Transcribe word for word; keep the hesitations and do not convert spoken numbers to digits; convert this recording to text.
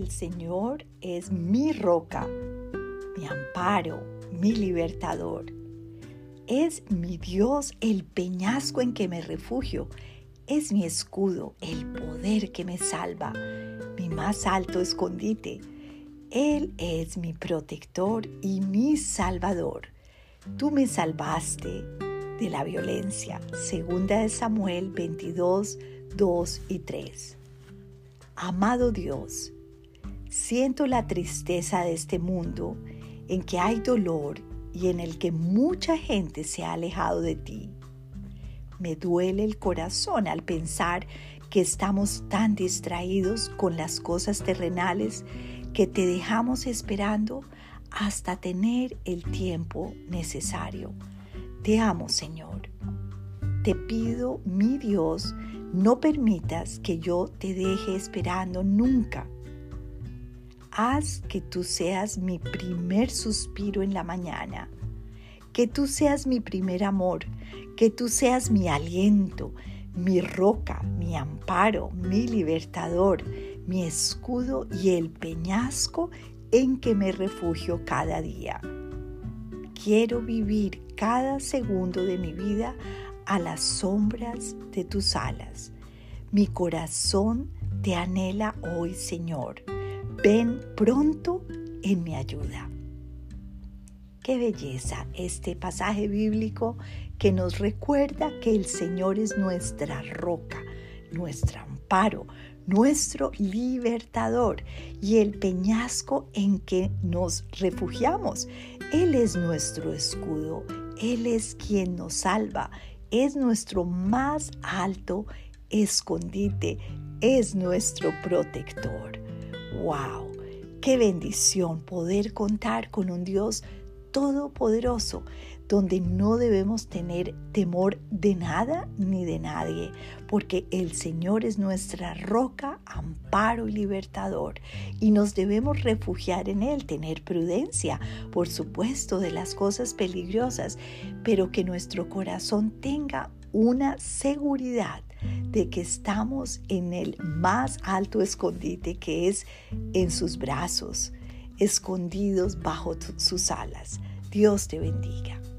el Señor es mi roca, mi amparo, mi libertador. Es mi Dios el peñasco en que me refugio. Es mi escudo, el poder que me salva, mi más alto escondite. Él es mi protector y mi salvador. Tú me salvaste de la violencia. Segunda de Samuel veintidós, dos y tres. Amado Dios, siento la tristeza de este mundo en que hay dolor y en el que mucha gente se ha alejado de ti. Me duele el corazón al pensar que estamos tan distraídos con las cosas terrenales que te dejamos esperando hasta tener el tiempo necesario. Te amo, Señor. Te pido, mi Dios, no permitas que yo te deje esperando nunca. Haz que tú seas mi primer suspiro en la mañana, que tú seas mi primer amor, que tú seas mi aliento, mi roca, mi amparo, mi libertador, mi escudo y el peñasco en que me refugio cada día. Quiero vivir cada segundo de mi vida a las sombras de tus alas. Mi corazón te anhela hoy, Señor. Ven pronto en mi ayuda. Qué belleza este pasaje bíblico que nos recuerda que el Señor es nuestra roca, nuestro amparo, nuestro libertador y el peñasco en que nos refugiamos. Él es nuestro escudo, Él es quien nos salva, es nuestro más alto escondite, es nuestro protector. ¡Wow! ¡Qué bendición poder contar con un Dios todopoderoso, donde no debemos tener temor de nada ni de nadie, porque el Señor es nuestra roca, amparo y libertador, y nos debemos refugiar en Él, tener prudencia, por supuesto, de las cosas peligrosas, pero que nuestro corazón tenga una seguridad de que estamos en el más alto escondite, que es en sus brazos, escondidos bajo sus alas. Dios te bendiga.